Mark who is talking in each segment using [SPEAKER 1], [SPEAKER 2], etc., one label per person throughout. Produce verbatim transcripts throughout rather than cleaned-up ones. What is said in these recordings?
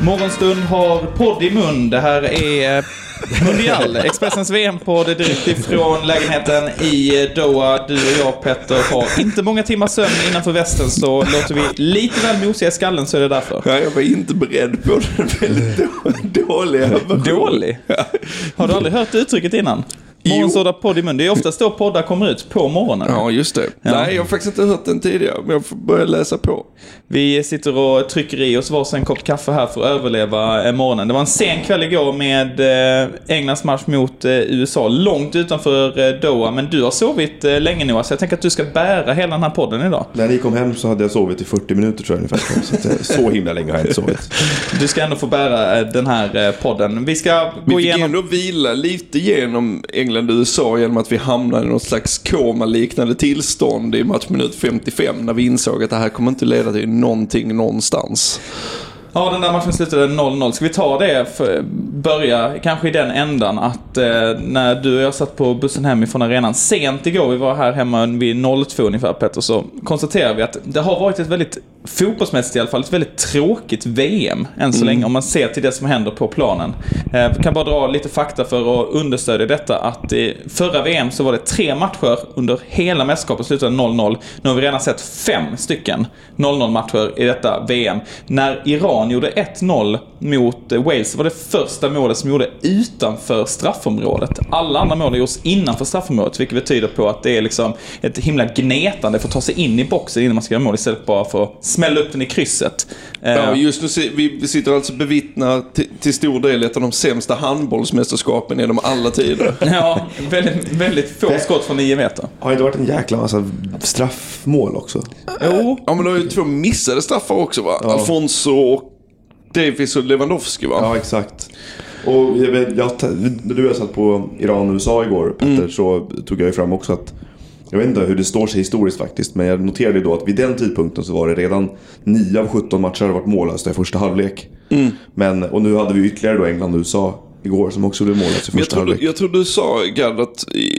[SPEAKER 1] Morgonstund har podd i mun. Det här är Mundial, Expressens V M-podd direkt ifrån lägenheten i Doha. Du och jag, Petter, har inte många timmar sömn innanför västen, så låter vi lite väl mosiga i skallen, så är det därför.
[SPEAKER 2] Ja, jag var inte beredd på den väldigt dåliga.
[SPEAKER 1] Dålig? Har du aldrig hört uttrycket innan? Morgonsådda podd i mun. Det är oftast då poddar kommer ut på morgonen.
[SPEAKER 2] Ja, just det. Ja. Nej, jag har faktiskt inte hört den tidigare, men jag får börja läsa på.
[SPEAKER 1] Vi sitter och trycker i oss varsin kopp kaffe här för att överleva morgonen. Det var en sen kväll igår med Englands match mot U S A, långt utanför Doha. Men du har sovit länge nu, så jag tänker att du ska bära hela den här podden idag.
[SPEAKER 3] När ni kom hem så hade jag sovit i fyrtio minuter, tror jag ungefär. Så, att, så himla länge har jag inte sovit.
[SPEAKER 1] Du ska ändå få bära den här podden. Vi ska gå
[SPEAKER 2] vi fick
[SPEAKER 1] igenom...
[SPEAKER 2] ändå vila lite genom England U S A genom att vi hamnade i något slags koma-liknande tillstånd i matchminut femtiofem, när vi insåg att det här kommer inte leda till någonting någonstans.
[SPEAKER 1] Ja, den där matchen slutade noll noll. Ska vi ta det för börja kanske i den ändan att eh, när du och jag satt på bussen hem ifrån arenan sent igår, vi var här hemma vid noll två ungefär, Petter, så konstaterar vi att det har varit ett väldigt fotbollsmässigt i alla fall, ett väldigt tråkigt V M än så mm. länge, om man ser till det som händer på planen. Eh, vi kan bara dra lite fakta för att understödja detta, att i förra V M så var det tre matcher under hela mästerskapet slutade noll noll. Nu har vi redan sett fem stycken noll noll matcher i detta V M. När Iran gjorde ett noll mot Wales var det första målet som gjorde utanför straffområdet. Alla andra mål gjordes innanför straffområdet, vilket betyder på att det är liksom ett himla gnetande för att ta sig in i boxen innan man ska göra mål, istället bara för att smälla upp den i krysset.
[SPEAKER 2] Ja, just nu vi sitter alltså bevittna till, till stor del ett av de sämsta handbollsmästerskapen genom alla tider.
[SPEAKER 1] Ja, väldigt, väldigt få skott från nio meter.
[SPEAKER 3] Har det inte varit en jäkla massa straffmål också?
[SPEAKER 1] Jo.
[SPEAKER 2] Ja, men det har ju två missade straffar också, va? Ja. Alfonso och Davis och Lewandowski, va?
[SPEAKER 3] Ja, exakt. Och jag vet, jag, när du har satt på Iran och U S A igår, Petter, mm. så tog jag ju fram också att jag vet inte hur det står sig historiskt faktiskt, men jag noterade då att vid den tidpunkten så var det redan nio av sjutton matcher hade varit mållösa i första halvlek. Mm. Men, och nu hade vi ytterligare då England och U S A igår som också blev mållösa i första jag tror, halvlek.
[SPEAKER 2] Jag tror du sa, Gerd, att i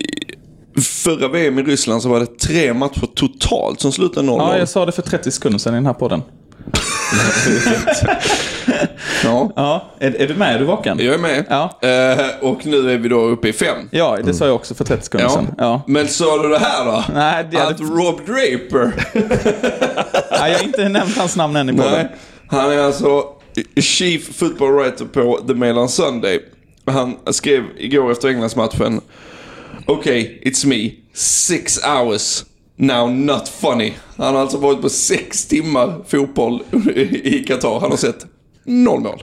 [SPEAKER 2] förra V M i Ryssland så var det tre matcher totalt som slutade noll noll.
[SPEAKER 1] Ja, jag sa det för trettio sekunder sedan i den här podden.
[SPEAKER 2] Ja.
[SPEAKER 1] Ja, är, är du med? Är du vaken?
[SPEAKER 2] Jag är med. Ja. Uh, och nu är vi då uppe i fem.
[SPEAKER 1] Ja, det mm. sa jag också för trettio sekunder
[SPEAKER 2] ja.
[SPEAKER 1] sedan. Ja.
[SPEAKER 2] Men sa du det här då?
[SPEAKER 1] Nej, det
[SPEAKER 2] att det... Rob Draper.
[SPEAKER 1] Nej, jag har inte nämnt hans namn än i podden.
[SPEAKER 2] Han är alltså chief football writer på The Mail on Sunday. Han skrev igår efter Englandsmatchen: Okej, okay, it's me. Six hours. Now not funny. Han har alltså varit på sex timmar fotboll i Qatar. Han har sett noll mål.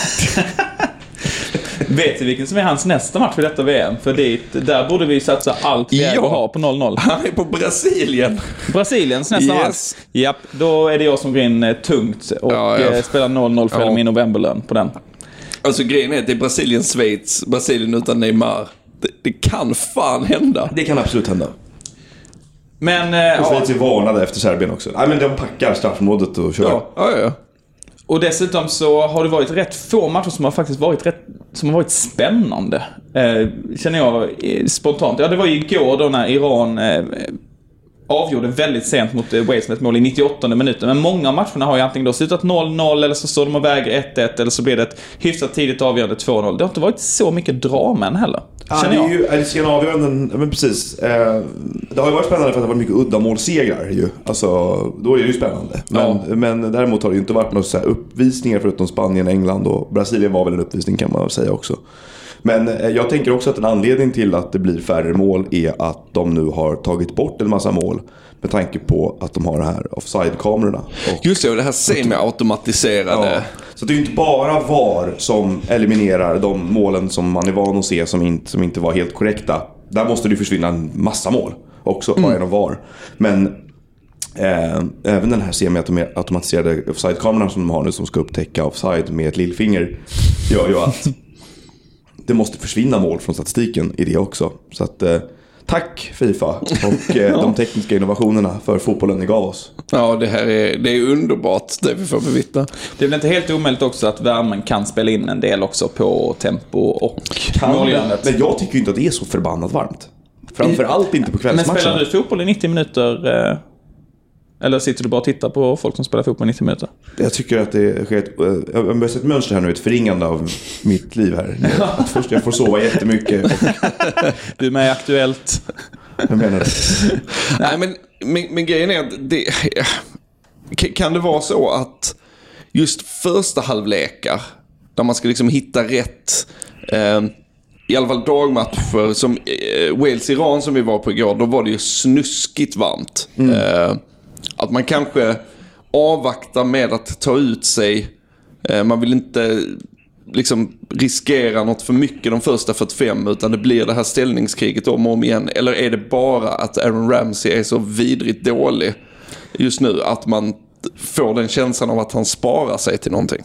[SPEAKER 1] Vet du vilken som är hans nästa match för detta V M? För dit, där borde vi satsa allt vi ja. har på noll noll.
[SPEAKER 2] Han är på Brasilien.
[SPEAKER 1] Brasiliens nästa
[SPEAKER 2] yes.
[SPEAKER 1] match. Japp, då är det jag som går in tungt och ja, ja. spelar noll noll för ja. min novemberlön på den.
[SPEAKER 2] Alltså grejen är att det är Brasilien, Schweiz, Brasilien utan Neymar. Det, det kan fan hända.
[SPEAKER 3] Det kan absolut hända.
[SPEAKER 1] Men
[SPEAKER 3] och Schweiz är varnade efter Serbien också. Nej, men de packar straffområdet och kör.
[SPEAKER 2] Ja, ja, ja.
[SPEAKER 1] Och dessutom så har det varit rätt få matcher som har faktiskt varit rätt, som har varit spännande. Eh, känner jag eh, spontant. Ja, det var ju igår då när Iran eh, avgjorde väldigt sent mot eh, Wales med ett mål i nittioåttonde minuten. Men många av matcherna har ju antingen då slutat noll noll, eller så står de och väger ett ett, eller så blir det ett hyfsat tidigt avgörande två noll. Det har inte varit så mycket drama än heller.
[SPEAKER 3] Ja, det är ju är det sen avgöranden, men precis. Eh, det har ju varit spännande för att det har varit mycket uddamålssegrar ju. Alltså, då är det ju spännande. Men, ja. men däremot har det ju inte varit några så här uppvisningar förutom Spanien, England och Brasilien var väl en uppvisning, kan man säga också. Men eh, jag tänker också att en anledning till att det blir färre mål är att de nu har tagit bort en massa mål med tanke på att de har det här offside-kamerorna.
[SPEAKER 2] Just det, och det här semi-automatiserade.
[SPEAKER 3] Ja. Så det är ju inte bara V A R som eliminerar de målen som man är van att se som inte, som inte var helt korrekta. Där måste det försvinna en massa mål också, bara mm. genom V A R. Men eh, även den här semi-automatiserade offside-kameran som de har nu, som ska upptäcka offside med ett lillfinger, gör ju att det måste försvinna mål från statistiken i det också. Så att eh, tack FIFA och eh, ja. de tekniska innovationerna för fotbollen ni gav oss.
[SPEAKER 2] Ja, det här är, det är underbart, det vi får bevittna.
[SPEAKER 1] Det är väl inte helt omöjligt också att värmen kan spela in en del också på tempo och målgörandet.
[SPEAKER 3] Men jag tycker inte att det är så förbannat varmt. Framförallt inte på kvällsmatcherna.
[SPEAKER 1] Men spelar du fotboll i nittio minuter? Eh... Eller sitter du bara och tittar på folk som spelar fotboll nittio minuter?
[SPEAKER 3] Jag tycker att det sker ett, jag har sett ett mönster här nu, ett förringande av mitt liv här. Att först jag får sova jättemycket. Och...
[SPEAKER 1] Du är med Aktuellt.
[SPEAKER 3] Jag menar det.
[SPEAKER 2] Nej, men, men, men grejen är att det, kan det vara så att just första halvlekar där man ska liksom hitta rätt eh, i alla fall dagmatcher som eh, Wales-Iran som vi var på igår, då var det ju snuskigt varmt. Mm. Eh, att man kanske avvaktar med att ta ut sig. Eh, man vill inte liksom riskera något för mycket de första fyrtiofem, utan det blir det här ställningskriget om och om igen. Eller är det bara att Aaron Ramsey är så vidrigt dålig just nu att man får den känslan av att han sparar sig till någonting?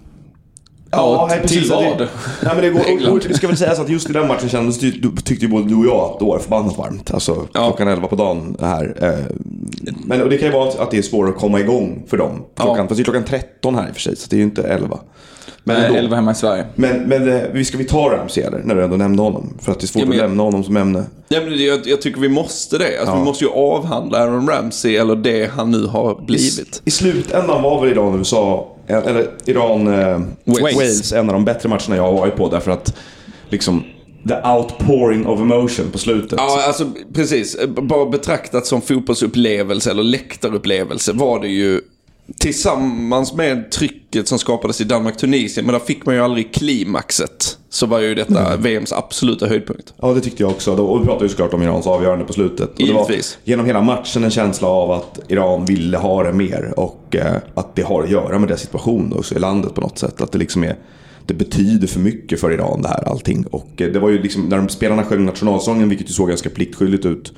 [SPEAKER 3] Ja,
[SPEAKER 2] ja,
[SPEAKER 3] till
[SPEAKER 2] precis,
[SPEAKER 3] vad?
[SPEAKER 2] Det,
[SPEAKER 3] nej, men det går, och, det ska väl säga så att just i den matchen kändes, du, du, tyckte ju både du och jag att det var förbannat varmt. Alltså ja. klockan elva på dagen här. Eh, men och det kan ju vara att det är svårare att komma igång för dem. Klockan, ja. Fast det är klockan tretton här i och för sig, så det är ju inte elva.
[SPEAKER 1] Men ändå, elva hemma i Sverige.
[SPEAKER 3] Men, men vi ska vi ta Ramsey eller, när du ändå nämnde honom? För att det är svårt ja, men, att lämna honom som ämne.
[SPEAKER 2] Ja, men jag, jag tycker vi måste det. Alltså,
[SPEAKER 3] ja.
[SPEAKER 2] Vi måste ju avhandla Aaron Ramsey eller det han nu har blivit.
[SPEAKER 3] I, i slutändan var väl Iran U S A, eller Iran eh, Wales. Wales en av de bättre matcherna jag har varit på, därför att liksom the outpouring of emotion på slutet.
[SPEAKER 2] Ja, alltså precis. Bara betraktat som fotbollsupplevelse eller läktarupplevelse var det ju tillsammans med trycket som skapades i Danmark-Tunisien, men där fick man ju aldrig klimaxet, så var ju detta mm. V M:s absoluta höjdpunkt.
[SPEAKER 3] Ja, det tyckte jag också. Och vi pratade ju såklart om Irans avgörande på slutet. Och det var genom hela matchen en känsla av att Iran ville ha det mer, och eh, att det har att göra med den situationen också i landet på något sätt. Att det liksom är, det betyder för mycket för Iran det här allting. Och eh, det var ju liksom, när de spelarna sjöng nationalsången, vilket ju såg ganska pliktskyldigt ut,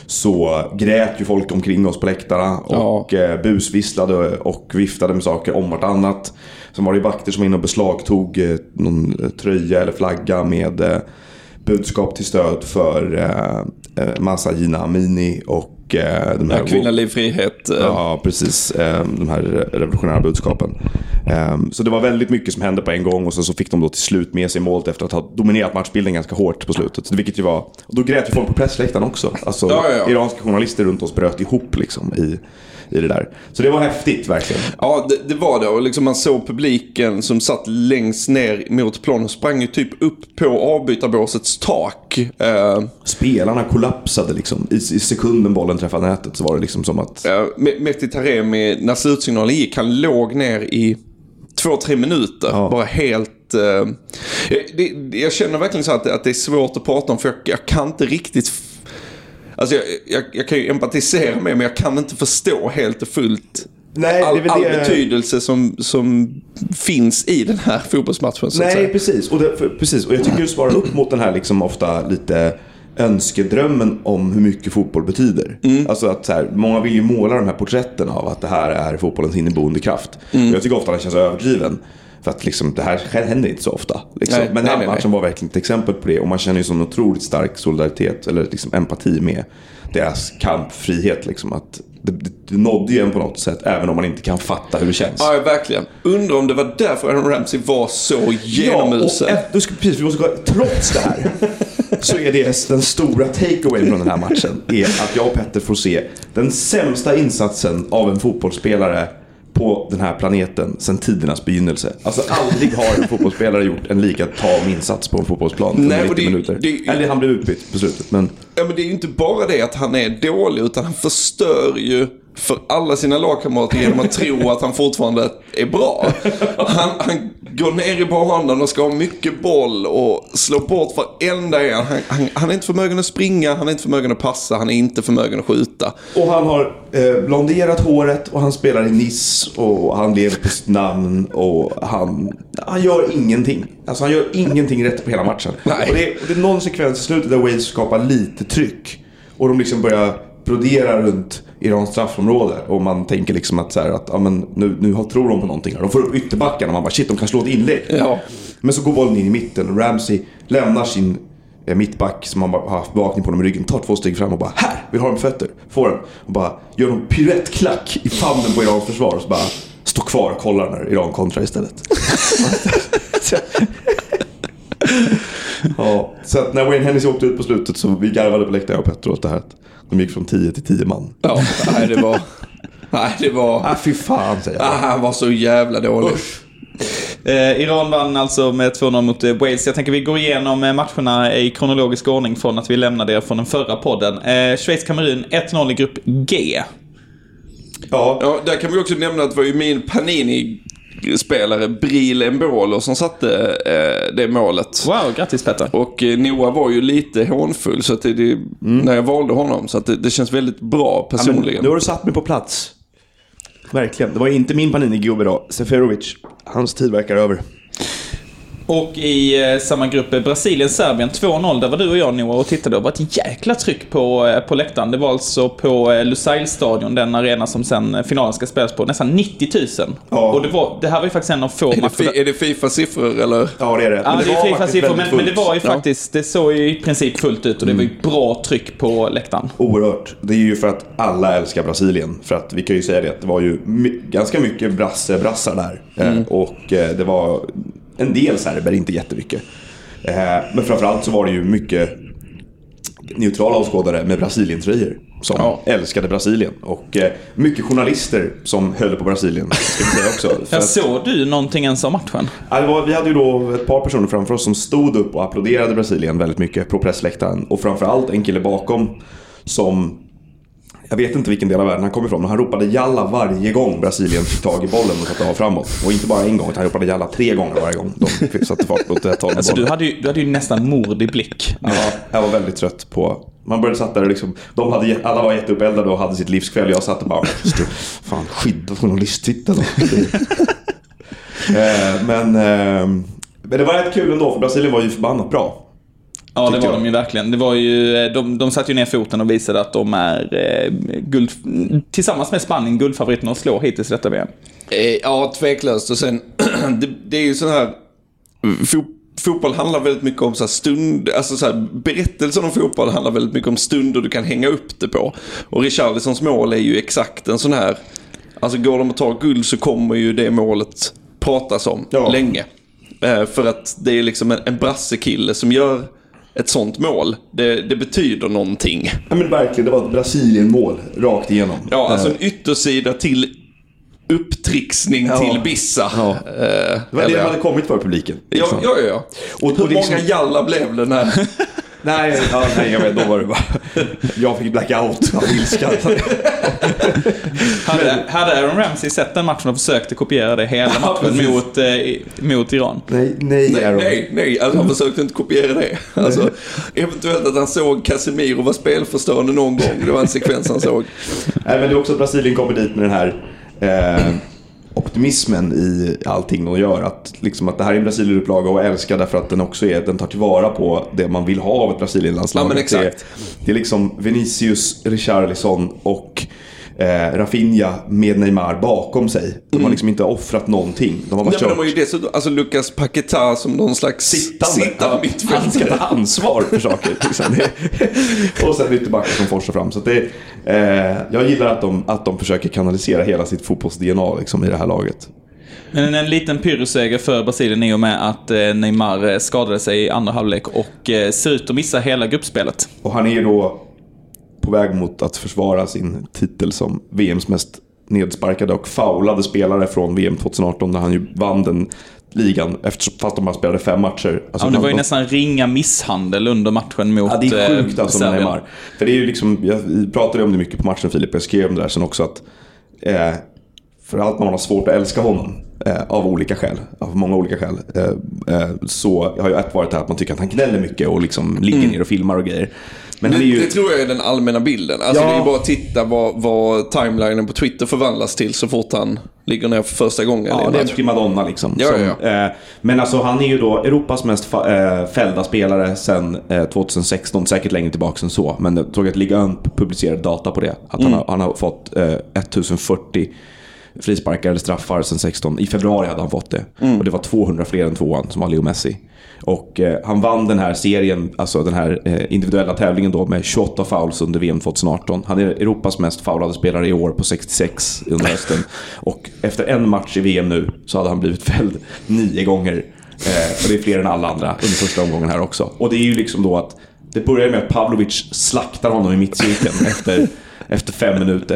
[SPEAKER 3] så grät ju folk omkring oss på läktarna och ja. busvisslade och viftade med saker om vartannat. Sen var det vakter som in och beslagtog någon tröja eller flagga med budskap till stöd för eh, Mahsa Jina Amini och eh, de här
[SPEAKER 2] ja, kvinnlig frihet.
[SPEAKER 3] Ja, precis. Eh, de här revolutionära budskapen. Eh, så det var väldigt mycket som hände på en gång, och så, så fick de då till slut med sig målet efter att ha dominerat matchbilden ganska hårt på slutet. Så, vilket ju var, och då grät ju folk på pressläktaren också. Alltså, ja, ja, ja. Iranska journalister runt oss bröt ihop liksom i i det där. Så det var häftigt verkligen.
[SPEAKER 2] Ja, det, det var det. Och liksom man såg publiken som satt längst ner mot planen och sprang ju typ upp på avbytarbåsets tak. Uh,
[SPEAKER 3] Spelarna kollapsade liksom. I, I sekunden bollen träffade nätet så var det liksom som att...
[SPEAKER 2] Uh, Mehdi Taremi, när slutsignalen gick, han låg ner i två, tre minuter. Ja. Bara helt... Uh, det, jag känner verkligen så att, att det är svårt att prata om, för jag, jag kan inte riktigt... Alltså jag, jag, jag kan ju empatisera med, men jag kan inte förstå helt och fullt Nej, all, all det... betydelse som, som finns i den här fotbollsmatchen. Så
[SPEAKER 3] Nej,
[SPEAKER 2] att säga.
[SPEAKER 3] precis. Och, det, för, precis. Och jag tycker du svarar upp mot den här liksom ofta lite önskedrömmen om hur mycket fotboll betyder. Mm. Alltså att så här, många vill ju måla de här porträtten av att det här är fotbollens inneboende kraft. Mm. Jag tycker ofta den känns överdriven. För att liksom, det här händer inte så ofta. Liksom. Nej, men den här matchen var verkligen ett exempel på det. Och man känner ju sån otroligt stark solidaritet eller liksom empati med deras kampfrihet. Liksom. Att det, det nådde ju en på något sätt, även om man inte kan fatta hur det känns.
[SPEAKER 2] Ja, verkligen. Undrar om det var därför Aaron Ramsey var så genomusel. Ja,
[SPEAKER 3] och efter, precis, vi måste gå, trots det här så är det den stora takeaway från den här matchen är att jag och Petter får se den sämsta insatsen av en fotbollsspelare på den här planeten sedan tidernas begynnelse. Alltså aldrig har en fotbollsspelare gjort en lika tam insats på en fotbollsplan under
[SPEAKER 2] Nej,
[SPEAKER 3] nittio
[SPEAKER 2] det,
[SPEAKER 3] minuter.
[SPEAKER 2] Det,
[SPEAKER 3] Eller han blev utbytt på slutet. Men...
[SPEAKER 2] Ja, men det är ju inte bara det att han är dålig, utan han förstör ju för alla sina lagkamrater genom att tro att han fortfarande är bra. Han, han går ner i banan och ska ha mycket boll och slå bort varenda en. Han, han, han är inte förmögen att springa, han är inte förmögen att passa, han är inte förmögen att skjuta.
[SPEAKER 3] Och han har eh, blonderat håret och han spelar i Nice och han lever på sitt namn och han, han gör ingenting. Alltså han gör ingenting rätt på hela matchen.
[SPEAKER 2] Nej.
[SPEAKER 3] Och det, och det är någon sekvens i slutet där Wales skapar lite tryck och de liksom börjar brodera runt Irans straffområde och man tänker liksom att, så här, att ja, men nu, nu tror de på någonting. De får upp ytterbackarna och man bara shit, de kan slå ett inlägg.
[SPEAKER 2] Ja. Men
[SPEAKER 3] så går bollen in i mitten och Ramsey lämnar sin eh, mittback som han har haft bakning på dem i ryggen, tar två steg fram och bara här, vill ha dem fötter. Får den och bara gör en piruettklack i famnen på Irans försvar och så bara står kvar och kollar när Iran kontrar istället. Ja, så att när Wayne Hennessy åkte ut på slutet så vi garvade på läktaren och Petter åt det här. De gick från tio till tio man.
[SPEAKER 2] Ja, nej, det var Nej, det var...
[SPEAKER 3] Ah, fy fan, säger jag.
[SPEAKER 2] Ah, han var så jävla dålig.
[SPEAKER 1] Eh, Iran vann alltså med två noll mot eh, Wales. Jag tänker vi går igenom eh, matcherna i kronologisk ordning från att vi lämnade er från den förra podden. Eh, Schweiz-Kamerun ett noll i grupp G.
[SPEAKER 2] Ja. ja, där kan vi också nämna att det var ju min Panini-spelare Bril Mbolo som satte eh, det målet.
[SPEAKER 1] Wow, grattis Petter.
[SPEAKER 2] Och eh, Noah var ju lite hånfull så att det, det, mm. när jag valde honom. Så att det, det känns väldigt bra personligen.
[SPEAKER 3] Ja, nu har du satt mig på plats. Verkligen. Det var inte min Panini-gubbe då. Seferovic. Hans tid verkar över.
[SPEAKER 1] Och i eh, samma grupp Brasilien-Serbien två noll. Där var du och jag, Noah, och tittade. Det var ett jäkla tryck på, eh, på läktaren. Det var alltså på eh, Lusail-stadion, den arena som sen eh, finalen ska spelas på. Nästan nittio tusen.
[SPEAKER 3] Ja.
[SPEAKER 1] Och det, var, det här var ju faktiskt en av få
[SPEAKER 2] är
[SPEAKER 1] matcher.
[SPEAKER 2] Det fi- är det FIFA-siffror eller?
[SPEAKER 3] Ja, det är det.
[SPEAKER 1] Ja,
[SPEAKER 3] Men
[SPEAKER 1] det,
[SPEAKER 3] det
[SPEAKER 1] är
[SPEAKER 3] var
[SPEAKER 1] FIFA-siffror, men, men det var ju
[SPEAKER 3] ja.
[SPEAKER 1] faktiskt, det såg ju i princip fullt ut och det var ju bra tryck på läktaren.
[SPEAKER 3] Oerhört. Det är ju för att alla älskar Brasilien. För att vi kan ju säga det, att det var ju my- ganska mycket brasse, brassar där. Mm. Eh, och eh, det var en del serber, inte jättemycket. Eh, men framförallt så var det ju mycket neutrala åskådare med Brasilien-tröjor som
[SPEAKER 1] ja.
[SPEAKER 3] älskade Brasilien. Och eh, mycket journalister som höll på Brasilien, ska vi säga också. För
[SPEAKER 1] Jag
[SPEAKER 3] att,
[SPEAKER 1] såg du någonting ens av matchen?
[SPEAKER 3] ja, det var, vi hade ju då ett par personer framför oss som stod upp och applåderade Brasilien väldigt mycket på pressläktaren. Och framförallt en kille bakom som... Jag vet inte vilken del av världen han kom ifrån, men han ropade jalla varje gång Brasilien fick tag i bollen och satte av framåt. Och inte bara en gång, utan han ropade jalla tre gånger varje gång de satte fart på ett håll.
[SPEAKER 1] Alltså du hade, ju, du hade ju nästan mord i blick.
[SPEAKER 3] Ja, jag var väldigt trött på... Man började satt där liksom... De hade, alla var jätteupeldade och hade sitt livskväll. Jag satt och bara... Fan, skydda journalisttiteln då. eh, men, eh, men det var rätt kul ändå, för Brasilien var ju förbannat bra.
[SPEAKER 1] Ja, det var de ju verkligen. Det var ju, de, de satt ju ner foten och visade att de är eh, guld, tillsammans med Spanien guldfavoriterna att slå hittills i detta V M.
[SPEAKER 2] Eh, ja, tveklöst. Och sen, det, det är ju sån här... Fo, fotboll handlar väldigt mycket om så här stund... Alltså så här, berättelsen om fotboll handlar väldigt mycket om stunder du kan hänga upp det på. Och Richarlisons mål är ju exakt en sån här... Alltså går de att ta guld så kommer ju det målet pratas om ja. länge. Eh, för att det är liksom en, en brassekille som gör... ett sånt mål, det, det betyder någonting.
[SPEAKER 3] Ja, men verkligen, det var ett Brasilien-mål rakt igenom.
[SPEAKER 2] Ja, alltså en yttersida till upptrixning ja. till Bissa.
[SPEAKER 3] Ja. Eh, det var det hade kommit för publiken.
[SPEAKER 2] Liksom. Ja, ja, ja. Och, Hur och liksom... många jalla blev det när...
[SPEAKER 3] nej, ja, nej, jag vet, då var det bara... jag fick blackout av ilska.
[SPEAKER 1] hade, hade Aaron Ramsey sett den matchen och försökte kopiera det hela matchen ja, mot, eh, mot Iran?
[SPEAKER 3] Nej, nej,
[SPEAKER 2] nej, nej, nej. Alltså, han försökte inte kopiera det. Alltså, eventuellt att han såg Casemiro var spelförstörande någon gång. Det var en sekvens han såg.
[SPEAKER 3] Nej, men det är också att Brasilien kommer dit med den här... Eh, optimismen i allting de gör, att, liksom, att det här är en Brasilien-upplaga och älskar därför att den också är, den tar tillvara på det man vill ha av ett Brasilien-landslag.
[SPEAKER 2] Ja, men exakt.
[SPEAKER 3] Det, det är liksom Vinicius, Richarlison och eh, Rafinha med Neymar bakom sig. De mm. har liksom inte offrat någonting. De har bara
[SPEAKER 2] ja,
[SPEAKER 3] kört.
[SPEAKER 2] Men de har ju dessutom, alltså Lucas Paquetá som någon slags
[SPEAKER 3] sittande,
[SPEAKER 2] sittande
[SPEAKER 3] ja, han ska ta ansvar för saker. Liksom. Och sen ytterbackar som forsar fram. Så att det, eh, jag gillar att de, att de försöker kanalisera hela sitt fotbolls-D N A liksom, i det här laget.
[SPEAKER 1] Men en liten pyrrusseger för Brasilien i och med att eh, Neymar skadade sig i andra halvlek och eh, ser ut att missa hela gruppspelet.
[SPEAKER 3] Och han är ju då på väg mot att försvara sin titel som V M:s mest nedsparkade och foulade spelare från V M tjugoarton, där han ju vann den ligan efter, fast de bara spelade fem matcher. Alltså,
[SPEAKER 1] ja, det var ju
[SPEAKER 3] de,
[SPEAKER 1] nästan ringa misshandel under matchen mot
[SPEAKER 3] ja, det är sjukt alltså med
[SPEAKER 1] Serbien.
[SPEAKER 3] Neymar. För det är ju liksom, jag pratade om det mycket på matchen, Filip, jag skrev om det där sen också, att eh, för allt man har svårt att älska honom eh, av olika skäl, av många olika skäl, eh, eh, så har ju ett varit det här att man tycker att han gnäller mycket och liksom ligger mm. ner och filmar och grejer. Men
[SPEAKER 2] det,
[SPEAKER 3] det, är ju...
[SPEAKER 2] det tror jag är den allmänna bilden. Alltså ja. Det är ju bara att titta vad, vad timelinen på Twitter förvandlas till så fort han ligger ner för första gången.
[SPEAKER 3] Ja, det är en primadonna liksom.
[SPEAKER 2] Ja,
[SPEAKER 3] som,
[SPEAKER 2] ja.
[SPEAKER 3] Eh, men alltså han är ju då Europas mest fa- eh, fällda spelare sedan eh, tjugohundrasexton, säkert längre tillbaka än så. Men jag såg att Liga ett publicerade data på det. Att mm. han, har, han har fått eh, ettusenfyrtio frisparkar eller straffar sedan sexton. I februari hade han fått det. Mm. Och det var tvåhundra fler än tvåan som var Leo Messi. Och eh, han vann den här serien, alltså den här eh, individuella tävlingen då, med tjugoåtta fouls under V M tjugoarton. Han är Europas mest foulade spelare i år på sextiosex under hösten. Och efter en match i V M nu så hade han blivit fälld nio gånger. Eh, och det är fler än alla andra under första omgången här också. Och det är ju liksom då att det börjar med att Pavlovic slaktar honom i mittcirkeln efter, efter fem minuter.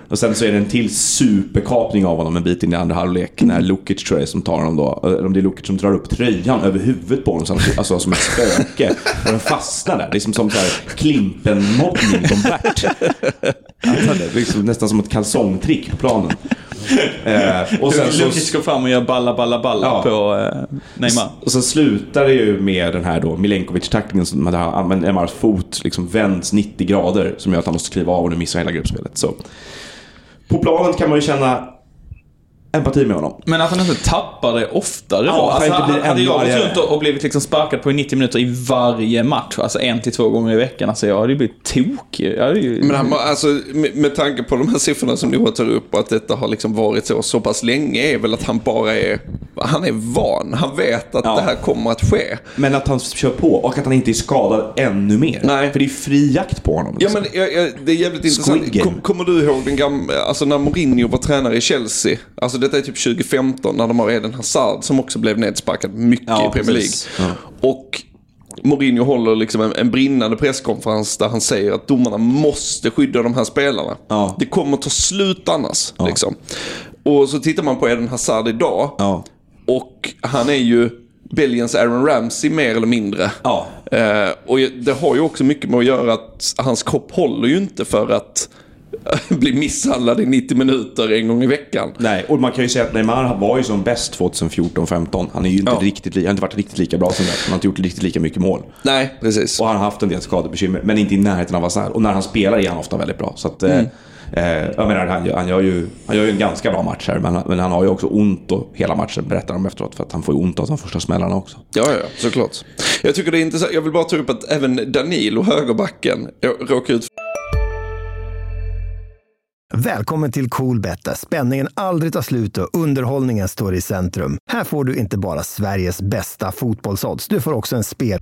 [SPEAKER 3] Och sen så är det en till superkapning av honom en bit in i andra halvlek när Lukic tror jag som tar honom då, eller om det är Lukic som drar upp tröjan över huvudet på honom, alltså som ett spöke, och den fastnar där. Det är som, som så här Klimpen-mobbning som Bert. Alltså, det är liksom nästan som ett kalsongtrick på planen. Eh, och sen
[SPEAKER 1] Lukic går fram och gör balla balla balla ja. på eh, Neymar.
[SPEAKER 3] Och sen slutar det ju med den här då Milenkovic-tacklingen som hade använt Neymars fot liksom vänds nittio grader som gör att han måste kliva av och nu missar hela gruppspelet. Så på planen kan man ju känna empati med honom.
[SPEAKER 1] Men att han inte tappar det oftare.
[SPEAKER 3] Ja,
[SPEAKER 1] alltså,
[SPEAKER 3] han
[SPEAKER 1] han, hade jag gått runt och blivit liksom sparkad på nittio minuter i varje match, alltså en till två gånger i veckan, alltså jag hade ju blivit tokig. Ju...
[SPEAKER 2] Men han, alltså, med, med tanke på de här siffrorna som ni tar upp och att detta har liksom varit så, så pass länge, är väl att han bara är han är van, han vet att ja. det här kommer att ske.
[SPEAKER 3] Men att han kör på och att han inte är skadad ännu mer.
[SPEAKER 2] Nej.
[SPEAKER 3] För det är fri jakt på honom.
[SPEAKER 2] Ja, men jag, jag, det är jävligt intressant. Kom, kommer du ihåg den gamla, alltså när Mourinho var tränare i Chelsea, alltså detta är typ tjugo femton när de har Eden Hazard som också blev nedsparkad mycket ja, i Premier League. Ja. Och Mourinho håller liksom en, en brinnande presskonferens där han säger att domarna måste skydda de här spelarna. Ja. Det kommer ta slut annars. Ja. Liksom. Och så tittar man på Eden Hazard idag ja. och han är ju Belgiens Aaron Ramsey mer eller mindre. Ja. Eh, och det har ju också mycket med att göra att hans kropp håller ju inte för att bli misshandlad i nittio minuter en gång i veckan.
[SPEAKER 3] Nej, och man kan ju säga att Neymar var ju som bäst tjugohundrafjorton femton. Han är ju inte ja. riktigt, han har inte varit riktigt lika bra som det. Han har inte gjort riktigt lika mycket mål.
[SPEAKER 2] Nej, precis.
[SPEAKER 3] Och han har haft en del skadebekymmer, men inte i närheten av vad så här. Och när han spelar är han ofta väldigt bra. Så att mm. eh, jag menar, han, han, gör ju, han gör ju en ganska bra match här, men, men han har ju också ont och hela matchen berättar de efteråt för att han får ju ont av de första smällarna också.
[SPEAKER 2] Ja, ja, såklart. Jag tycker det är intressant. Jag vill bara ta upp att även Danilo, högerbacken, råkar ut.
[SPEAKER 4] Välkommen till Coolbet där spänningen aldrig tar slut och underhållningen står i centrum. Här får du inte bara Sveriges bästa fotbollsodds, du får också en spel.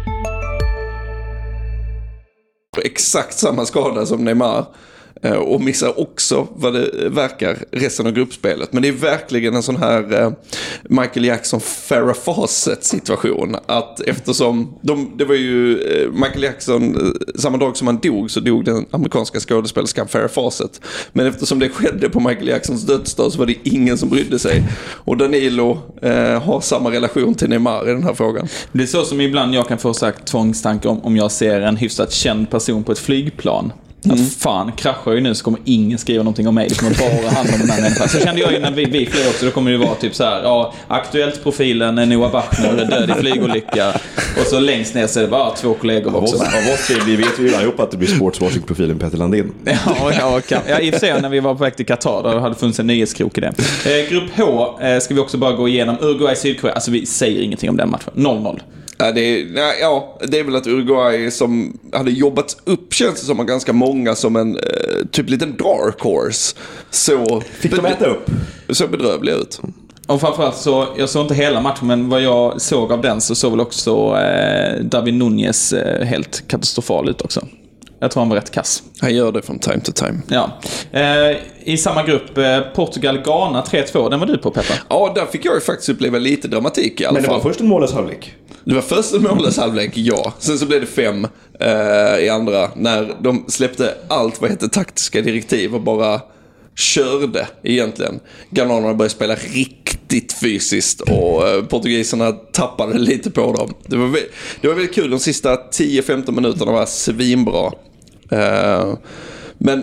[SPEAKER 2] Exakt samma skada som Neymar och missar också vad det verkar resten av gruppspelet. Men det är verkligen en sån här Michael Jackson Farrah Fawcett situation, att eftersom de, det var ju Michael Jackson samma dag som han dog så dog den amerikanska skådespelerskan Farrah Fawcett, men eftersom det skedde på Michael Jacksons dödsdag så var det ingen som brydde sig, och Danilo eh, har samma relation till Neymar i den här frågan. Det är så som ibland jag kan få sagt tvångstankar om, om jag ser en hyfsat känd person på ett flygplan. Mm. Att fan, kraschar ju nu så kommer ingen skriva någonting om mig. Det kommer bara handla om den här människan. Så kände jag ju när vi, vi flyger också. Då kommer det vara typ så här: ja, aktuellt profilen är Noah Bachner död i flygolycka. Och så längst ner så är det bara två kollegor också.
[SPEAKER 3] Av oss, vi vet ju ihop att det blir sportswashing-profilen Peter Landin.
[SPEAKER 1] Ja, ja, kan. Ja, i och för sig när vi var på väg till Qatar då hade funnits en nyhetskrok i det. Eh, grupp H eh, ska vi också bara gå igenom. Uruguay, Sydkorea. Alltså vi säger ingenting om den matchen. noll noll.
[SPEAKER 2] Ja, det är, ja, det är väl att Uruguay som hade jobbat upp, känns det som, ganska många som en eh, typ liten dark horse. Så
[SPEAKER 3] fick de äta upp?
[SPEAKER 2] Så bedrövliga ut.
[SPEAKER 1] Och framförallt så, jag såg inte hela matchen, men vad jag såg av den så såg väl också eh, David Núñez eh, helt katastrofal ut också. Jag tror han var rätt kass.
[SPEAKER 2] Han gör det från time to time.
[SPEAKER 1] Ja. Eh, I samma grupp, eh, Portugal-Ghana tre två. Den var du på, Petter.
[SPEAKER 2] Ja, där fick jag ju faktiskt uppleva lite dramatik i alla fall.
[SPEAKER 3] Men det var först en mållös halvlek.
[SPEAKER 2] Det var först en mållös halvlek, ja. Sen så blev det fem eh, i andra. När de släppte allt vad heter taktiska direktiv och bara körde egentligen. Ghananerna började spela riktigt fysiskt och eh, portugiserna tappade lite på dem. Det var, det var väldigt kul. De sista tio femton minuterna var svinbra. Eh, men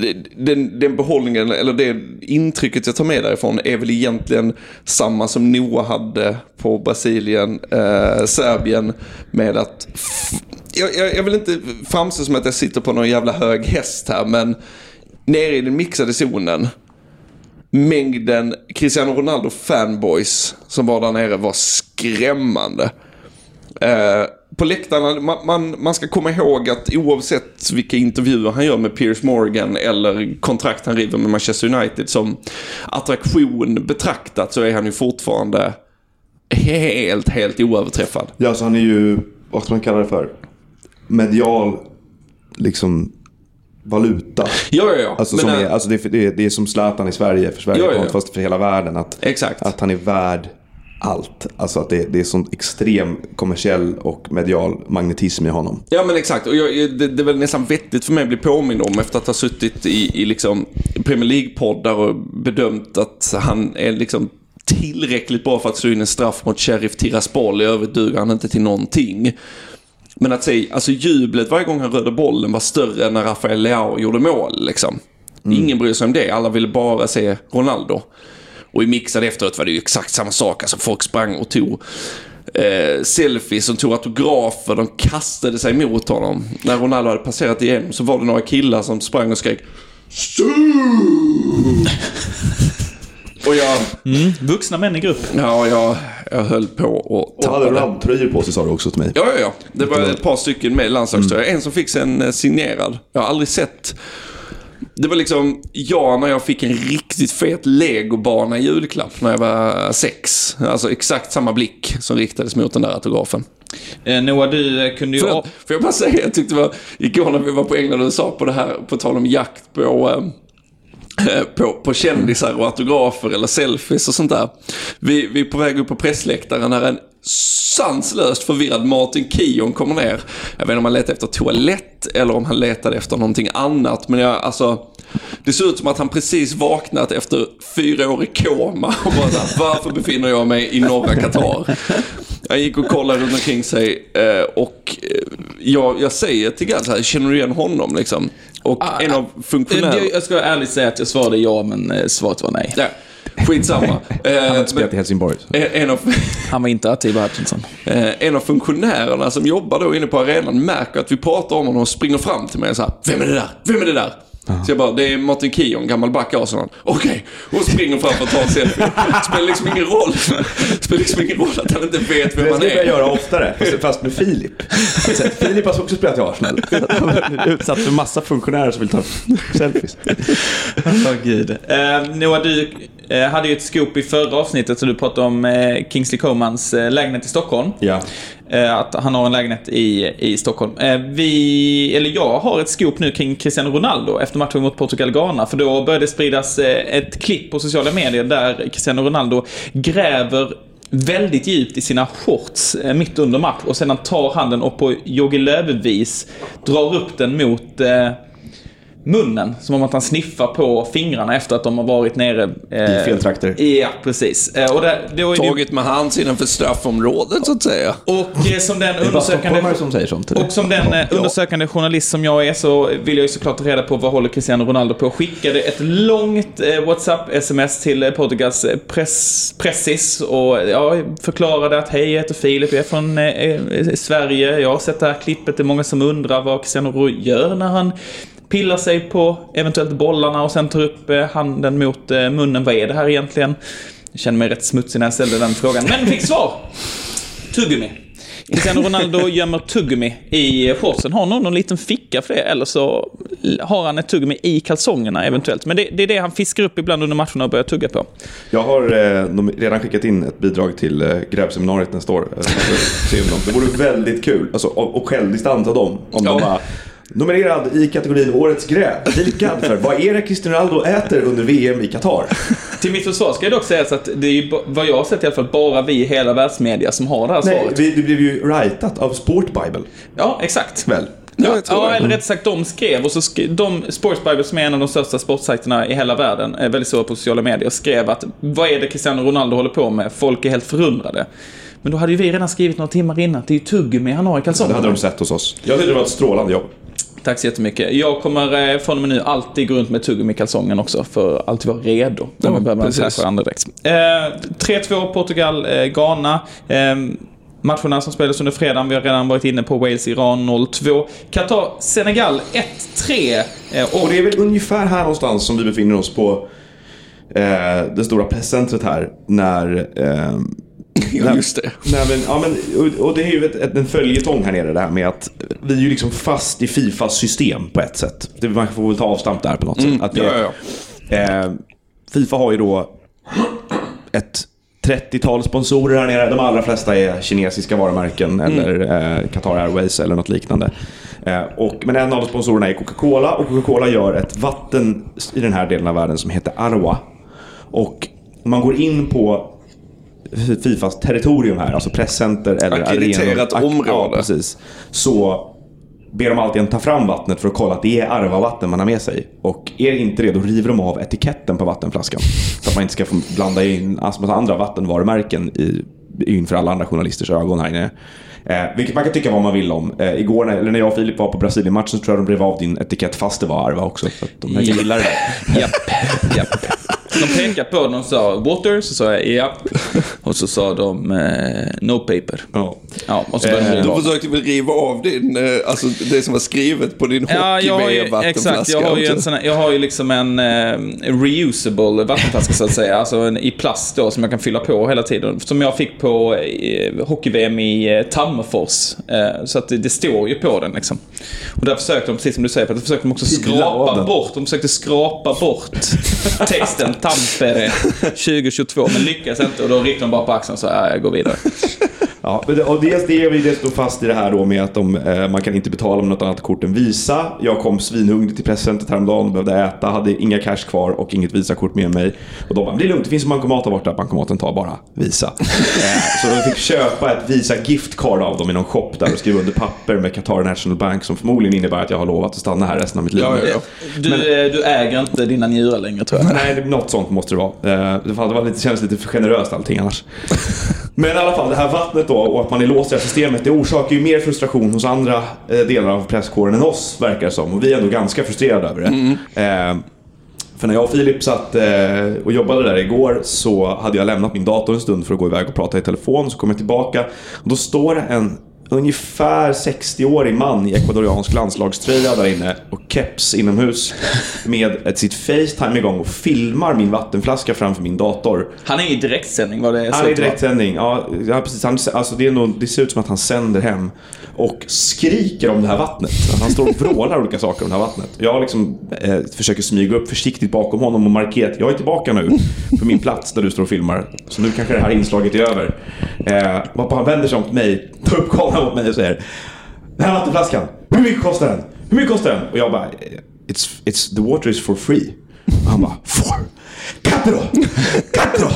[SPEAKER 2] den, den behållningen, eller det intrycket jag tar med därifrån är väl egentligen samma som Noah hade på Brasilien, eh, Serbien, med att f- jag, jag, jag vill inte framstå som att jag sitter på någon jävla hög häst här, men nere i den mixade zonen, mängden Cristiano Ronaldo fanboys som var där nere var skrämmande. Eh, på läktarna, man, man, man ska komma ihåg att oavsett vilka intervjuer han gör med Piers Morgan eller kontrakt han river med Manchester United som attraktion betraktat, så är han ju fortfarande helt, helt oöverträffad.
[SPEAKER 3] Ja, så han är ju, vad ska man kalla det för? Medial, liksom, valuta.
[SPEAKER 2] Ja, ja, ja.
[SPEAKER 3] Alltså, som är, alltså det, är, det är som Zlatan i Sverige, för Sverige, ja, ja, ja. Fast för hela världen. Att,
[SPEAKER 2] exakt.
[SPEAKER 3] Att han är värd allt. Alltså att det, det är sån extrem kommersiell och medial magnetism i honom.
[SPEAKER 2] Ja, men exakt. Och jag, det, det är väl nästan vettigt för mig att bli påmind om efter att ha suttit i, i liksom Premier League-poddar och bedömt att han är liksom tillräckligt bra för att slå in en straff mot Sheriff Tiraspol. I övrigt duger han inte till någonting. Men att säga, alltså jublet varje gång han rörde bollen var större än när Rafael Leao gjorde mål liksom. Mm. Ingen bryr sig om det. Alla ville bara se Ronaldo. Och i mixad efteråt var det ju exakt samma sak. Alltså folk sprang och tog eh, selfies som tog autografer. De kastade sig mot honom. När Ronaldo hade passerat igenom så var det några killar som sprang och skrek och jag...
[SPEAKER 1] Mm, vuxna män i grupp.
[SPEAKER 2] Ja, jag, jag höll på och
[SPEAKER 3] tappade. Och hade laddtröjor på sig, sa du också till mig.
[SPEAKER 2] Ja, ja, ja. Det var ett par stycken med landslagströjor. Mm. En som fick en signerad. Jag har aldrig sett... Det var liksom jag när jag fick en riktigt fet Lego-bana i julklapp när jag var sex. Alltså exakt samma blick som riktades mot den där autografen.
[SPEAKER 1] Eh, Noah, du kunde ju...
[SPEAKER 2] För, för jag bara säga, jag tyckte det var igår när vi var på England och U S A på det här, på tal om jakt på... Eh, På, på kändisar och autografer eller selfies och sånt där. Vi, vi är på väg upp på pressläktaren när en sanslöst förvirrad Martin Keown kommer ner. Jag vet inte om han letade efter toalett eller om han letade efter någonting annat. Men jag, alltså, det ser ut som att han precis vaknat efter fyra år i koma och bara så här, varför befinner jag mig i norra Qatar? Jag gick och kollade runt omkring sig och jag, jag säger till Gad så här, känner du igen honom liksom? Och ah, en av funktionärerna...
[SPEAKER 1] Jag ska ärligt säga att jag svarade ja, men svaret var nej.
[SPEAKER 2] Ja, skitsamma.
[SPEAKER 3] Han har inte spelat i Helsingborg.
[SPEAKER 2] En av,
[SPEAKER 1] han var inte Atiba Hutchinson.
[SPEAKER 2] En av funktionärerna som jobbar då inne på arenan märker att vi pratar om honom och springer fram till mig och så här, vem är det där? Vem är det där? Uh-huh. Så jag bara, det är Martin Keown, gammal back Arsenal. Okej, okay. Och springer fram för att ta en selfie. Spelar liksom ingen roll. Spelar liksom ingen roll att han inte vet vem man är.
[SPEAKER 3] Det ska jag göra oftare, fast med Filip. Alltså, Filip har också spelat i Arsenal. Utsatt för massa funktionärer som vill ta selfies.
[SPEAKER 1] Åh oh, gud. Uh, Noah, du uh, hade ju ett scoop i förra avsnittet så du pratade om uh, Kingsley Comans uh, lägenhet i Stockholm.
[SPEAKER 3] Ja.
[SPEAKER 1] Uh, att han har en lägenhet i, i Stockholm. Uh, vi, eller jag har ett scoop nu kring Cristiano Ronaldo efter matchen mot Portugal-Ghana. För då började spridas uh, ett klipp på sociala medier där Cristiano Ronaldo gräver väldigt djupt i sina shorts uh, mitt under match. Och sedan tar handen och på Jogi Löw-vis drar upp den mot... Uh, munnen, som om att han sniffar på fingrarna efter att de har varit nere
[SPEAKER 3] eh, i fel trakter.
[SPEAKER 1] Ja, precis. Eh, och det, det
[SPEAKER 2] tagit med hands innanför straffområdet så att säga.
[SPEAKER 1] Och eh, som den undersökande
[SPEAKER 3] som säger sånt.
[SPEAKER 1] Och som den eh, undersökande journalist som jag är så vill jag ju såklart reda på vad håller Cristiano Ronaldo på. Skickade ett långt eh, WhatsApp-sms till eh, Portugals eh, press, pressis och ja, förklarade att hej, jag heter Filip, jag är från eh, Sverige. Jag har sett det här klippet, det är många som undrar vad Cristiano gör när han pillar sig på eventuellt bollarna och sen tar upp handen mot munnen. Vad är det här egentligen? Jag känner mig rätt smutsig när jag ställde den frågan. Men fick svar! Tuggummi. Cristiano Ronaldo gömmer tuggummi i shortsen. Har någon någon liten ficka för det? Eller så har han ett tuggummi i kalsongerna eventuellt. Men det, det är det han fiskar upp ibland under matcherna och börjar tugga på.
[SPEAKER 3] Jag har eh, redan skickat in ett bidrag till eh, grävseminariet nästa år. Det vore väldigt kul. Alltså, och, och självdistans av dem. Om ja. de bara... Nominerad i kategorin Årets gräv. Vilka för vad är det Cristiano Ronaldo äter under V M i Qatar?
[SPEAKER 1] Till mitt försvar ska jag dock säga att det är ju, vad jag har sett i alla fall, bara vi i hela världsmedia som har det här
[SPEAKER 3] Nej,
[SPEAKER 1] svaret.
[SPEAKER 3] Nej, det blev ju rightat av Sport Bible.
[SPEAKER 1] Ja, exakt.
[SPEAKER 3] Väl?
[SPEAKER 1] Ja, ja eller rätt sagt, de skrev och så skrev, de, Sports Bible som är en av de största sportsajterna i hela världen, är väldigt stora på sociala medier, skrev att vad är det Cristiano Ronaldo håller på med? Folk är helt förundrade. Men då hade ju vi redan skrivit några timmar innan att det är ju tuggummi han har i kalsongerna.
[SPEAKER 3] Ja, det hade de sett hos oss. Jag tyckte det var ett strålande jobb.
[SPEAKER 1] Tack så jättemycket. Jag kommer eh, från och med nu alltid gå runt med tuggummi i kalsongen också för att alltid vara redo. När man behöver en för andra direkt. Eh, tre två Portugal, eh, Ghana. Eh, matcherna som spelas under fredagen. Vi har redan varit inne på Wales, Iran noll två. Qatar, Senegal ett tre.
[SPEAKER 3] Eh, och... och det är väl ungefär här någonstans som vi befinner oss på eh, det stora presscentret här. När... Eh,
[SPEAKER 2] Ja, just det.
[SPEAKER 3] Nej, men, ja, men, och, och det är ju ett, ett, en följetong här nere det här med att vi är ju liksom fast i FIFAs system på ett sätt. Det, man får väl ta avstamp där på något
[SPEAKER 2] mm,
[SPEAKER 3] sätt. Att det,
[SPEAKER 2] ja, ja.
[SPEAKER 3] Eh, FIFA har ju då ett trettiotal sponsorer här nere. De allra flesta är kinesiska varumärken mm. eller eh, Qatar Airways eller något liknande. Eh, och, men en av sponsorerna är Coca-Cola och Coca-Cola gör ett vatten i den här delen av världen som heter Arwa. Och om man går in på Fifas territorium här, alltså presscenter eller
[SPEAKER 2] ackrediterat område.
[SPEAKER 3] Ja, precis. Så ber de alltid en ta fram vattnet för att kolla att det är Arva-vatten man har med sig. Och är det inte det, då river de av etiketten på vattenflaskan. Så att man inte ska få blanda in alltså andra vattenvarumärken i, inför alla andra journalisters ögon här inne. Eh, vilket man kan tycka vad man vill om. Eh, igår när, eller när jag och Filip var på Brasilien-matchen så tror jag de rev av din etikett fast det var Arva också. Så att de gillar det.
[SPEAKER 1] Japp, japp. De pekade på, de sa water, så sa jag ja. Och så sa de eh, no paper.
[SPEAKER 3] Ja.
[SPEAKER 1] Ja, och så började
[SPEAKER 2] eh,
[SPEAKER 1] de
[SPEAKER 2] du försökte väl riva av din, eh, alltså det som var skrivet på din
[SPEAKER 1] ja, jag har ju, exakt, jag har ju en sån här, jag har ju liksom en eh, reusable vattenflaska så att säga, alltså en, i plast då som jag kan fylla på hela tiden, som jag fick på eh, hockey-V M i eh, Tammerfors, eh, så att det, det står ju på den liksom. Och där försökte de, precis som du säger, att försökte de också skrapa bort, de försökte skrapa bort texten Tampere tjugo tjugotvå, men lyckas inte, och då riktade de bara på axeln och sa ja, jag går vidare.
[SPEAKER 3] Ja, och dels det är vi desto fast i det här då med att de, eh, man kan inte betala med något annat kort än Visa. Jag kom svinhungrig till presscentret häromdagen, behövde äta, hade inga cash kvar och inget Visa-kort med mig. Och de bara, det är lugnt, det finns en bankomat där borta, bankomaten tar bara Visa. eh, så de fick köpa ett Visa giftcard av dem i någon shop där och skriva under papper med Qatar National Bank som förmodligen innebär att jag har lovat att stanna här resten av mitt liv.
[SPEAKER 2] Ja, ja, ja.
[SPEAKER 1] Du, Men, du äger inte dina njurar längre, tror jag.
[SPEAKER 3] Nej, något sånt måste det vara. Eh, det var lite, kändes lite för generöst allting annars. Men i alla fall, det här vattnet då och att man är låst i det här systemet, det orsakar ju mer frustration hos andra eh, delar av presskåren än oss, verkar det som. Och vi är ändå ganska frustrerade över det. Mm. Eh, för när jag och Filip satt eh, och jobbade där igår så hade jag lämnat min dator en stund för att gå iväg och prata i telefon. Så kom jag tillbaka och då står det en ungefär sextio-årig man i ekvadoriansk landslagströja där inne och keps inomhus med ett sitt FaceTime igång och filmar min vattenflaska framför min dator.
[SPEAKER 1] Han är i direktsändning, vad det är.
[SPEAKER 3] Han är i direktsändning, ja, ja precis. Han, alltså det, är nog, det ser ut som att han sänder hem och skriker om det här vattnet. Han står och vrålar olika saker om det här vattnet. Jag liksom eh, försöker smyga upp försiktigt bakom honom och markera att jag är tillbaka nu på min plats där du står och filmar. Så nu kanske det här inslaget är över. Eh, varpå han vänder sig om till mig, tar upp kameran mot mig och säger: den här vattenflaskan, hur mycket kostar den? Hur mycket kostar den? Och jag bara, it's, it's, the water is for free. Och han bara, for Katro! Katro!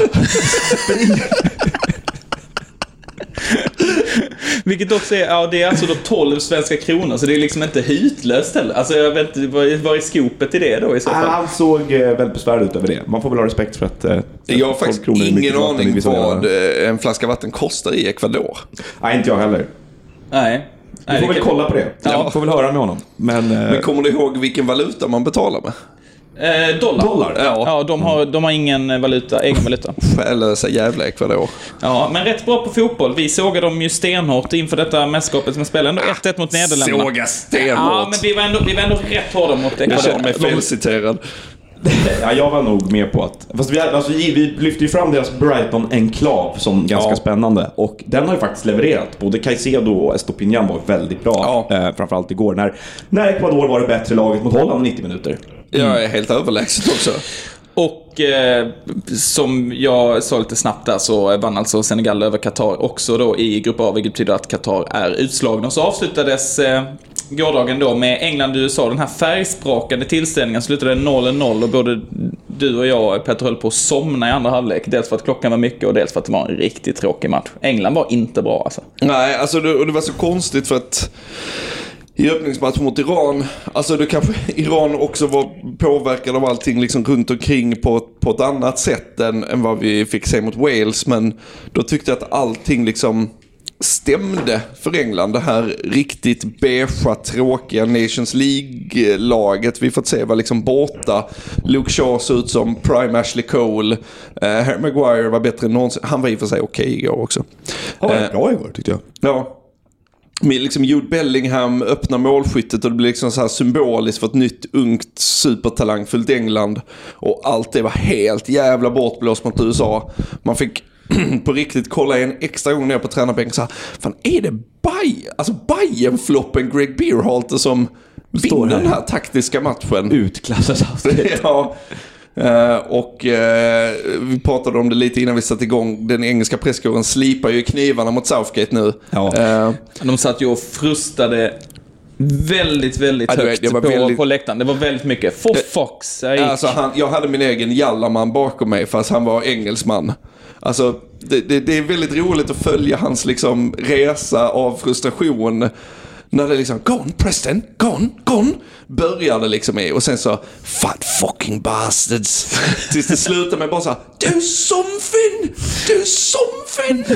[SPEAKER 1] Vilket också är, ja, det är alltså då tolv svenska kronor, så det är liksom inte hytlöst heller. Alltså jag vet inte, vad, vad är skopet i det då i så fall?
[SPEAKER 3] Han såg eh, väldigt besvärlig ut över det. Man får väl ha respekt för att... Eh,
[SPEAKER 2] jag har faktiskt ingen aning vad en flaska vatten kostar i Ecuador.
[SPEAKER 3] Nej, inte jag heller.
[SPEAKER 1] Nej.
[SPEAKER 3] Vi får väl kan... kolla på det. Ja. Jag får väl höra med honom. Men, eh...
[SPEAKER 2] Men kommer du ihåg vilken valuta man betalar med?
[SPEAKER 1] Eh, dollar.
[SPEAKER 3] dollar.
[SPEAKER 1] Ja, ja de, har, de har ingen valuta, egen valuta.
[SPEAKER 2] Eller så jävla Ecuador.
[SPEAKER 1] Ja, men rätt bra på fotboll. Vi sågade dem ju stenhårt inför detta mästerskapet som spelade ändå ett ett mot Nederländerna.
[SPEAKER 2] Såga stenhårt.
[SPEAKER 1] Ja, men vi var ändå, vi var ändå rätt hårda mot Ecuador.
[SPEAKER 2] Jag känner mig felciterad.
[SPEAKER 3] Ja, jag var nog med på att... Fast vi, alltså, vi lyfte ju fram deras Brighton-enklav som ganska ja. spännande. Och den har ju faktiskt levererat. Både Caicedo och Estopinian var väldigt bra. Ja. Eh, framförallt igår. När, när Ecuador var det bättre laget mot Holland nittio minuter.
[SPEAKER 2] Mm. Jag är helt överlägset också.
[SPEAKER 1] Och eh, som jag sa lite snabbt där så vann alltså Senegal över Qatar också då i grupp A, vilket betyder att Qatar är utslagna. Och så avslutades eh, gårdagen då med England och U S A. Den här färgsprakande tillställningen slutade noll noll och både du och jag, Petter, höll på att somna i andra halvlek. Dels för att klockan var mycket och dels för att det var en riktigt tråkig match. England var inte bra alltså.
[SPEAKER 2] Nej, alltså det, och det var så konstigt för att i öppningsmatchen mot Iran, alltså det kanske Iran också var påverkad av allting liksom runt omkring på, på ett annat sätt än, än vad vi fick se mot Wales, men då tyckte jag att allting liksom stämde för England. Det här riktigt beigea, tråkiga Nations League-laget. Vi får se vad liksom borta. Luke Shaw såg ut som prime Ashley Cole. Uh, Harry Maguire var bättre än någonsin. Han var i och för sig okej okay igår också.
[SPEAKER 3] Han var uh, bra igår tyckte jag.
[SPEAKER 2] Ja. Med liksom Jude Bellingham öppnar målskyttet och det blir liksom så här symboliskt för ett nytt, ungt, supertalangfullt England. Och allt det var helt jävla bortblåst mot U S A. Man fick på riktigt kolla en extra gång ner på tränarbänken så här, fan är det Bay, alltså Bayern-floppen Greg Beerhalter som vinner den här taktiska matchen?
[SPEAKER 3] Utklassas avsnitt.
[SPEAKER 2] Ja. Uh, och uh, vi pratade om det lite innan vi satte igång. Den engelska presskåren slipar ju knivarna mot Southgate nu.
[SPEAKER 3] Ja.
[SPEAKER 2] Uh,
[SPEAKER 1] De satt ju och frustade Väldigt, väldigt
[SPEAKER 2] Ja, det var-
[SPEAKER 1] högt
[SPEAKER 2] det var
[SPEAKER 1] på,
[SPEAKER 2] väldigt-
[SPEAKER 1] på läktaren. Det var väldigt mycket. For Fox. Jag gick.
[SPEAKER 2] Alltså, han, jag hade min egen Jallaman bakom mig fast han var engelsman. Alltså, det, det, det är väldigt roligt att följa hans liksom resa av frustration. När det liksom, go on Preston, go on, go on. Börjar det liksom med och sen så, fat fucking bastards. Tills det slutar med bara så här, do something, do something.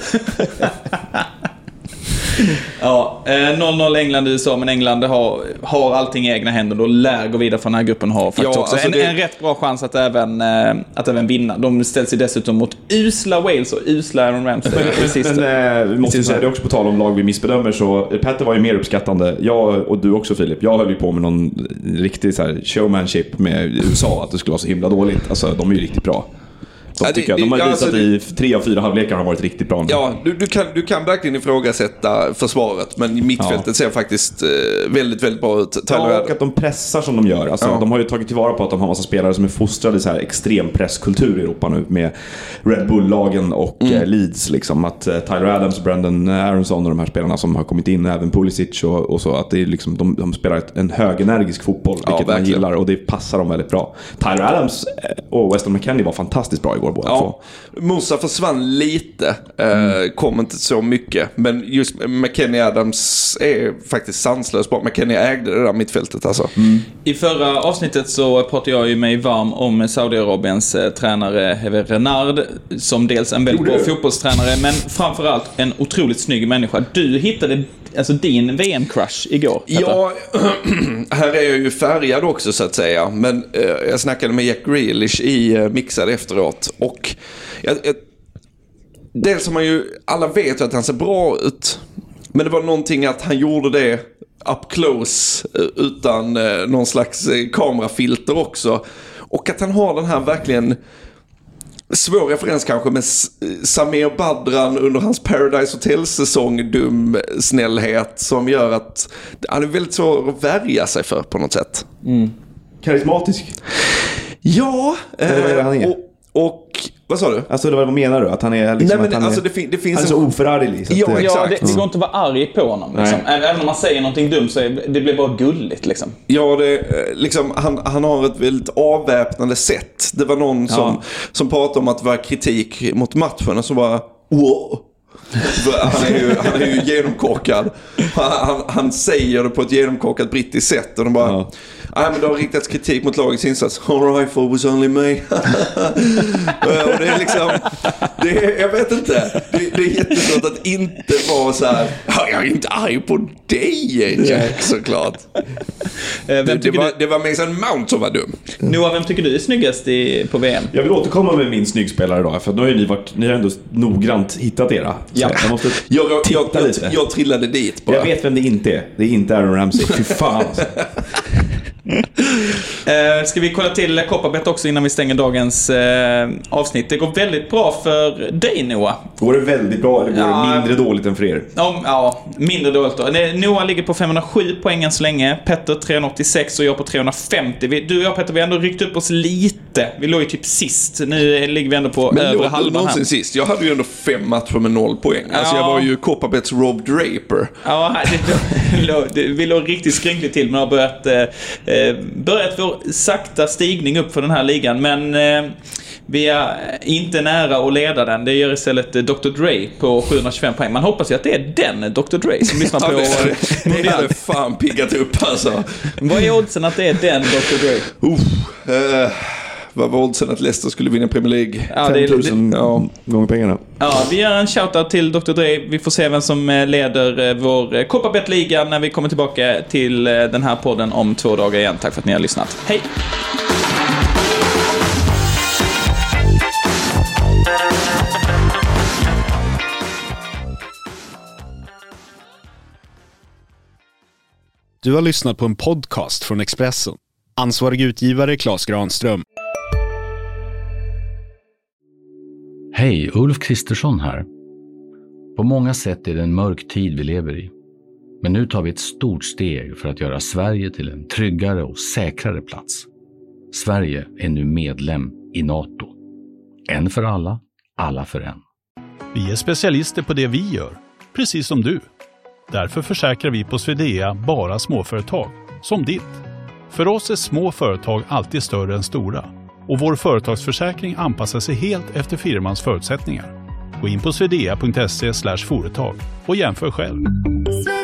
[SPEAKER 1] Ja, eh, noll noll England U S A, men England har, har allting i egna händer. Då lär gå vidare från den här gruppen har faktiskt
[SPEAKER 2] Ja,
[SPEAKER 1] också
[SPEAKER 2] alltså
[SPEAKER 1] en,
[SPEAKER 2] det-
[SPEAKER 1] en rätt bra chans att även, eh, att även vinna. De ställs ju dessutom mot usla Wales och usla Aaron Ramsey. Precis.
[SPEAKER 3] Men eh, vi måste ju säga det också på tal om lag vi missbedömer, så Petter var ju mer uppskattande. Jag och du också Filip, jag höll ju på med någon riktig så här showmanship med U S A, att det skulle vara så himla dåligt. Alltså de är ju riktigt bra. De,
[SPEAKER 2] Ja, det-
[SPEAKER 3] tycker jag. De har
[SPEAKER 2] ja,
[SPEAKER 3] visat
[SPEAKER 2] alltså,
[SPEAKER 3] i tre av fyra halvlekar har varit riktigt bra nu.
[SPEAKER 2] Ja, du, du, kan, du kan verkligen ifrågasätta försvaret, men i mittfältet
[SPEAKER 3] Ja.
[SPEAKER 2] ser faktiskt eh, väldigt, väldigt bra ut. Tyler
[SPEAKER 3] Ja, och att de pressar som de gör. Alltså,
[SPEAKER 2] Ja.
[SPEAKER 3] De har ju tagit tillvara på att de har massa spelare som är fostrade i så här extrem presskultur i Europa nu med Red Bull-lagen och
[SPEAKER 2] Mm.
[SPEAKER 3] eh, Leeds. Liksom. Att eh, Tyler Adams, Brendan Aronson och de här spelarna som har kommit in, även Pulisic och, och så, att det är liksom, de, de spelar ett, en högenergisk fotboll,
[SPEAKER 2] Ja,
[SPEAKER 3] vilket man
[SPEAKER 2] verkligen.
[SPEAKER 3] gillar, och det passar dem väldigt bra. Tyler Adams eh, och Weston McKennie var fantastiskt bra igår båda två.
[SPEAKER 2] Ja, Musa försvann lite, eh, kom inte så mycket, men just McKennie Adams är faktiskt sanslös bra. McKennie ägde det där mittfältet alltså.
[SPEAKER 1] I förra avsnittet så pratade jag ju mig varm om Saudiarabiens eh, tränare Hervé Renard, som dels en väldigt bra fotbollstränare, men framförallt en otroligt snygg människa. Du hittade alltså din V M-crush igår. Petter.
[SPEAKER 2] Ja, här är jag ju färgad också så att säga, men eh, jag snackade med Jack Grealish i eh, Mixad efteråt, och jag, jag, dels som man ju, alla vet ju att han ser bra ut, men det var någonting att han gjorde det up close eh, utan eh, någon slags eh, kamerafilter också, och att han har den här verkligen svår referens kanske med S- Samir Badran under hans Paradise Hotel-säsong, dum snällhet som gör att han är väldigt svår att värja sig för på något sätt.
[SPEAKER 3] Karismatisk.
[SPEAKER 2] Ja,
[SPEAKER 3] Eller vad är det han är?
[SPEAKER 2] och, och vad sa du?
[SPEAKER 3] Alltså vad menar du? Att han är liksom,
[SPEAKER 2] Nej, men
[SPEAKER 3] att han
[SPEAKER 2] alltså,
[SPEAKER 3] är,
[SPEAKER 2] det, fin- det finns
[SPEAKER 3] han är så
[SPEAKER 2] en-
[SPEAKER 3] oförarglig. Så att
[SPEAKER 2] Ja,
[SPEAKER 3] det-
[SPEAKER 1] Ja,
[SPEAKER 2] exakt.
[SPEAKER 1] det, det går inte att vara arg på honom. Liksom.
[SPEAKER 3] Nej.
[SPEAKER 1] Även om man säger någonting dumt så är det blir bara gulligt. Liksom.
[SPEAKER 2] Ja, det, eh, liksom, han, han har ett väldigt avväpnande sätt. Det var någon som,
[SPEAKER 3] Ja.
[SPEAKER 2] som pratade om att det var kritik mot matchen och så bara wow. han, är ju, han är ju genomkorkad. Han, han, han säger det på ett genomkorkat brittiskt sätt och de bara
[SPEAKER 3] Ja.
[SPEAKER 2] nej, men det har riktats kritik mot lagets insats. All right, it was only me. Och det är liksom det är, jag vet inte. Det, det är jättesvårt att inte vara så här. Jag är inte arg på dig, Jack, såklart.
[SPEAKER 1] Eh, Vem
[SPEAKER 2] Det, det,
[SPEAKER 1] tycker
[SPEAKER 2] var, det var Mason Mount som var dum.
[SPEAKER 1] du, Noah, vem tycker du är snyggast i, på V M?
[SPEAKER 3] Jag vill återkomma med min snyggspelare då, för nu har ju ni varit, ni har ändå noggrant hittat era. Så
[SPEAKER 1] Ja.
[SPEAKER 3] jag måste
[SPEAKER 2] Jag, jag,
[SPEAKER 3] titta
[SPEAKER 2] jag,
[SPEAKER 3] lite.
[SPEAKER 2] jag, jag trillade dit bara.
[SPEAKER 3] Jag vet vem det inte är. Det är inte Aaron Ramsey. Fy fan alltså.
[SPEAKER 1] Eh, ska vi kolla till Koparbet också innan vi stänger dagens eh, avsnitt? Det går väldigt bra för dig, Noah.
[SPEAKER 3] Går det väldigt bra eller går
[SPEAKER 1] Ja.
[SPEAKER 3] det mindre dåligt än för er?
[SPEAKER 1] Ja, ja, mindre dåligt då. Nej, Noah ligger på femhundrasju poäng än så länge. Petter trehundraåttiosex och jag på trehundrafemtio. Vi, du och jag, Petter, vi har ändå ryckt upp oss lite. Vi låg ju typ sist. Nu ligger vi ändå på
[SPEAKER 2] Men
[SPEAKER 1] övre
[SPEAKER 2] låg du
[SPEAKER 1] halvan här.
[SPEAKER 2] någonsin sist? Jag hade ju ändå fem matcher med noll poäng. Alltså
[SPEAKER 1] Ja.
[SPEAKER 2] jag var ju Koparbets Rob Draper.
[SPEAKER 1] Ja, det, det, det, vi låg riktigt skrynkligt till, men har börjat, eh, börjat vår sakta stigning upp för den här ligan. Men eh, vi är inte nära att leda den. Det gör istället doktor Dre på sjuhundratjugofem poäng. Man hoppas ju att det är den doktor Dre som lyssnar på
[SPEAKER 2] Ja, det,
[SPEAKER 1] eh,
[SPEAKER 2] det
[SPEAKER 1] Mundial.
[SPEAKER 2] hade fan piggat upp alltså.
[SPEAKER 1] Vad är oddsen att det är den doktor Dre?
[SPEAKER 2] Uh, uh, vad var oddsen att Leicester skulle vinna Premier League?
[SPEAKER 1] Ja, det är,
[SPEAKER 3] fem tusen
[SPEAKER 1] det,
[SPEAKER 2] ja.
[SPEAKER 3] gånger pengarna.
[SPEAKER 1] ja, vi gör en shoutout till doktor Dre. Vi får se vem som eh, leder eh, vår eh, Koparbet-liga när vi kommer tillbaka till eh, den här podden om två dagar igen. Tack för att ni har lyssnat. Hej!
[SPEAKER 5] Du har lyssnat på en podcast från Expressen. Ansvarig utgivare Claes Granström.
[SPEAKER 6] Hej, Ulf Kristersson här. På många sätt är det en mörk tid vi lever i. Men nu tar vi ett stort steg för att göra Sverige till en tryggare och säkrare plats. Sverige är nu medlem i NATO. En för alla, alla för en.
[SPEAKER 5] Vi är specialister på det vi gör, precis som du.
[SPEAKER 7] Därför försäkrar vi på Swedea bara småföretag, som ditt. För oss är små företag alltid större än stora. Och vår företagsförsäkring anpassar sig helt efter firmans förutsättningar. Gå in på swedea punkt se slash företag och jämför själv.